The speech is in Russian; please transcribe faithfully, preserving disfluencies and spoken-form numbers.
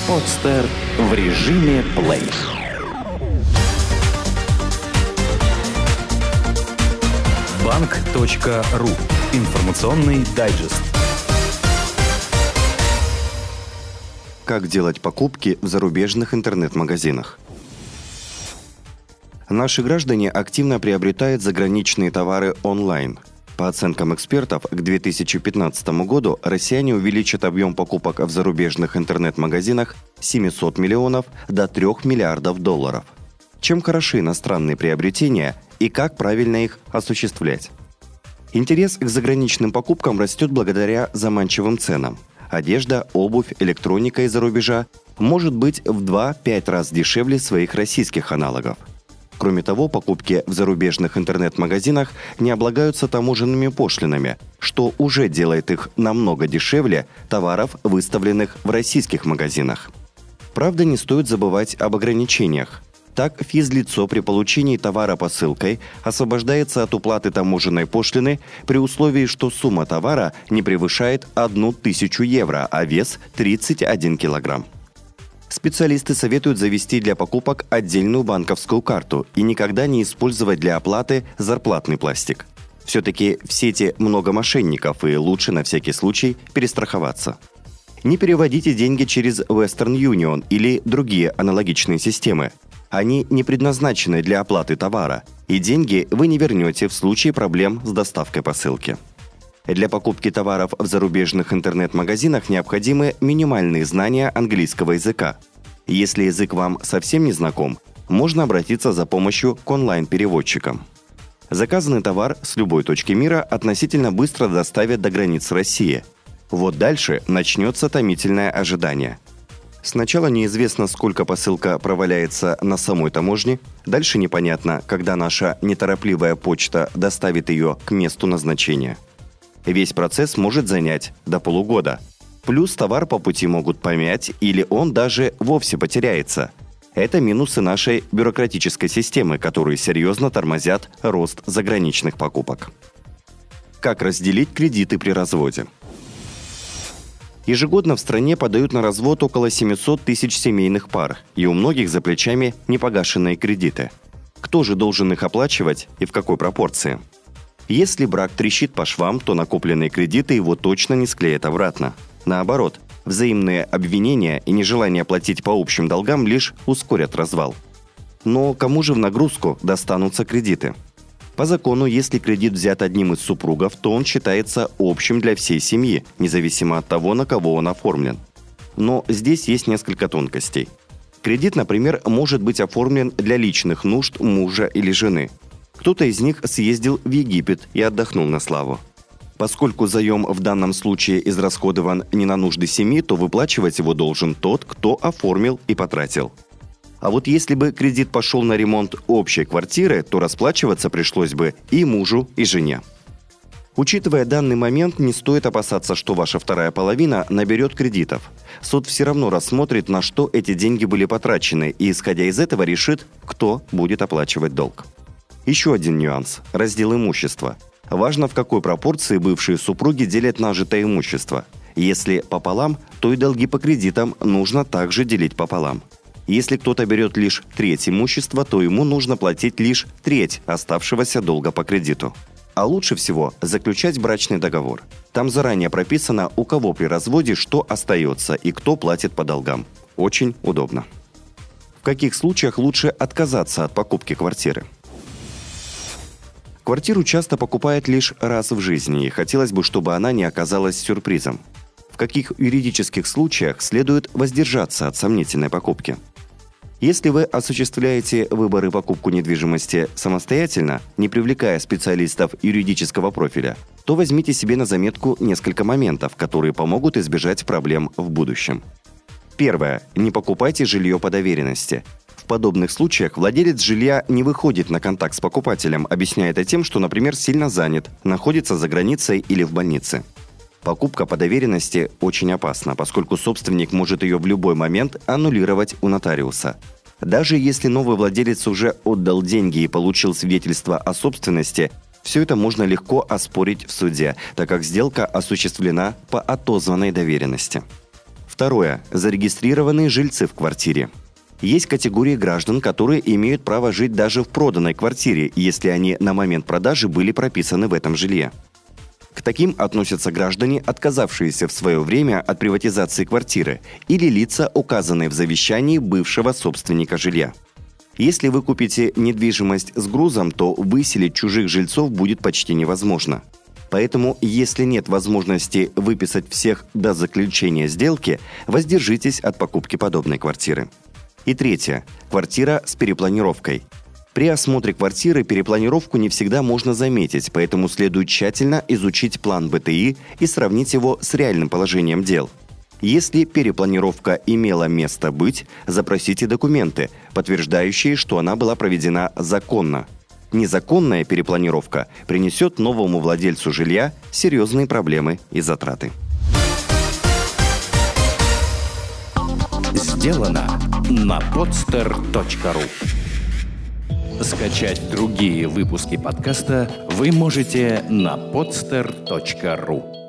Подстер в режиме плей. Банк.ру. Информационный дайджест. Как делать покупки в зарубежных интернет-магазинах? Наши граждане активно приобретают заграничные товары онлайн. По оценкам экспертов, к две тысячи пятнадцатому году россияне увеличат объем покупок в зарубежных интернет-магазинах с семисот миллионов до трёх миллиардов долларов. Чем хороши иностранные приобретения и как правильно их осуществлять? Интерес к заграничным покупкам растет благодаря заманчивым ценам. Одежда, обувь, электроника из-за рубежа может быть в два-пять раз дешевле своих российских аналогов. Кроме того, покупки в зарубежных интернет-магазинах не облагаются таможенными пошлинами, что уже делает их намного дешевле товаров, выставленных в российских магазинах. Правда, не стоит забывать об ограничениях. Так, физлицо при получении товара посылкой освобождается от уплаты таможенной пошлины при условии, что сумма товара не превышает одну тысячу евро, а вес тридцать один килограмм. Специалисты советуют завести для покупок отдельную банковскую карту и никогда не использовать для оплаты зарплатный пластик. Все-таки в сети много мошенников, и лучше на всякий случай перестраховаться. Не переводите деньги через Western Union или другие аналогичные системы. Они не предназначены для оплаты товара, и деньги вы не вернете в случае проблем с доставкой посылки. Для покупки товаров в зарубежных интернет-магазинах необходимы минимальные знания английского языка. Если язык вам совсем не знаком, можно обратиться за помощью к онлайн-переводчикам. Заказанный товар с любой точки мира относительно быстро доставят до границ России. Вот дальше начнется томительное ожидание. Сначала неизвестно, сколько посылка проваляется на самой таможне, дальше непонятно, когда наша неторопливая почта доставит ее к месту назначения. Весь процесс может занять до полугода. Плюс товар по пути могут помять или он даже вовсе потеряется. Это минусы нашей бюрократической системы, которые серьезно тормозят рост заграничных покупок. Как разделить кредиты при разводе? Ежегодно в стране подают на развод около семьсот тысяч семейных пар, и у многих за плечами непогашенные кредиты. Кто же должен их оплачивать и в какой пропорции? Если брак трещит по швам, то накопленные кредиты его точно не склеят обратно. Наоборот, взаимные обвинения и нежелание платить по общим долгам лишь ускорят развал. Но кому же в нагрузку достанутся кредиты? По закону, если кредит взят одним из супругов, то он считается общим для всей семьи, независимо от того, на кого он оформлен. Но здесь есть несколько тонкостей. Кредит, например, может быть оформлен для личных нужд мужа или жены. Кто-то из них съездил в Египет и отдохнул на славу. Поскольку заем в данном случае израсходован не на нужды семьи, то выплачивать его должен тот, кто оформил и потратил. А вот если бы кредит пошел на ремонт общей квартиры, то расплачиваться пришлось бы и мужу, и жене. Учитывая данный момент, не стоит опасаться, что ваша вторая половина наберет кредитов. Суд все равно рассмотрит, на что эти деньги были потрачены, и, исходя из этого, решит, кто будет оплачивать долг. Еще один нюанс – раздел имущества. Важно, в какой пропорции бывшие супруги делят нажитое имущество. Если пополам, то и долги по кредитам нужно также делить пополам. Если кто-то берет лишь треть имущества, то ему нужно платить лишь треть оставшегося долга по кредиту. А лучше всего заключать брачный договор. Там заранее прописано, у кого при разводе что остается и кто платит по долгам. Очень удобно. В каких случаях лучше отказаться от покупки квартиры? Квартиру часто покупают лишь раз в жизни, и хотелось бы, чтобы она не оказалась сюрпризом. В каких юридических случаях следует воздержаться от сомнительной покупки? Если вы осуществляете выбор и покупку недвижимости самостоятельно, не привлекая специалистов юридического профиля, то возьмите себе на заметку несколько моментов, которые помогут избежать проблем в будущем. Первое. Не покупайте жилье по доверенности. В подобных случаях владелец жилья не выходит на контакт с покупателем, объясняя это тем, что, например, сильно занят, находится за границей или в больнице. Покупка по доверенности очень опасна, поскольку собственник может ее в любой момент аннулировать у нотариуса. Даже если новый владелец уже отдал деньги и получил свидетельство о собственности, все это можно легко оспорить в суде, так как сделка осуществлена по отозванной доверенности. Второе. Зарегистрированные жильцы в квартире. Есть категории граждан, которые имеют право жить даже в проданной квартире, если они на момент продажи были прописаны в этом жилье. К таким относятся граждане, отказавшиеся в свое время от приватизации квартиры, или лица, указанные в завещании бывшего собственника жилья. Если вы купите недвижимость с грузом, то выселить чужих жильцов будет почти невозможно. Поэтому, если нет возможности выписать всех до заключения сделки, воздержитесь от покупки подобной квартиры. И третье. Квартира с перепланировкой. При осмотре квартиры перепланировку не всегда можно заметить, поэтому следует тщательно изучить план бэ тэ и и сравнить его с реальным положением дел. Если перепланировка имела место быть, запросите документы, подтверждающие, что она была проведена законно. Незаконная перепланировка принесет новому владельцу жилья серьезные проблемы и затраты. Сделано на подстер точка ру. Скачать другие выпуски подкаста вы можете на подстер точка ру.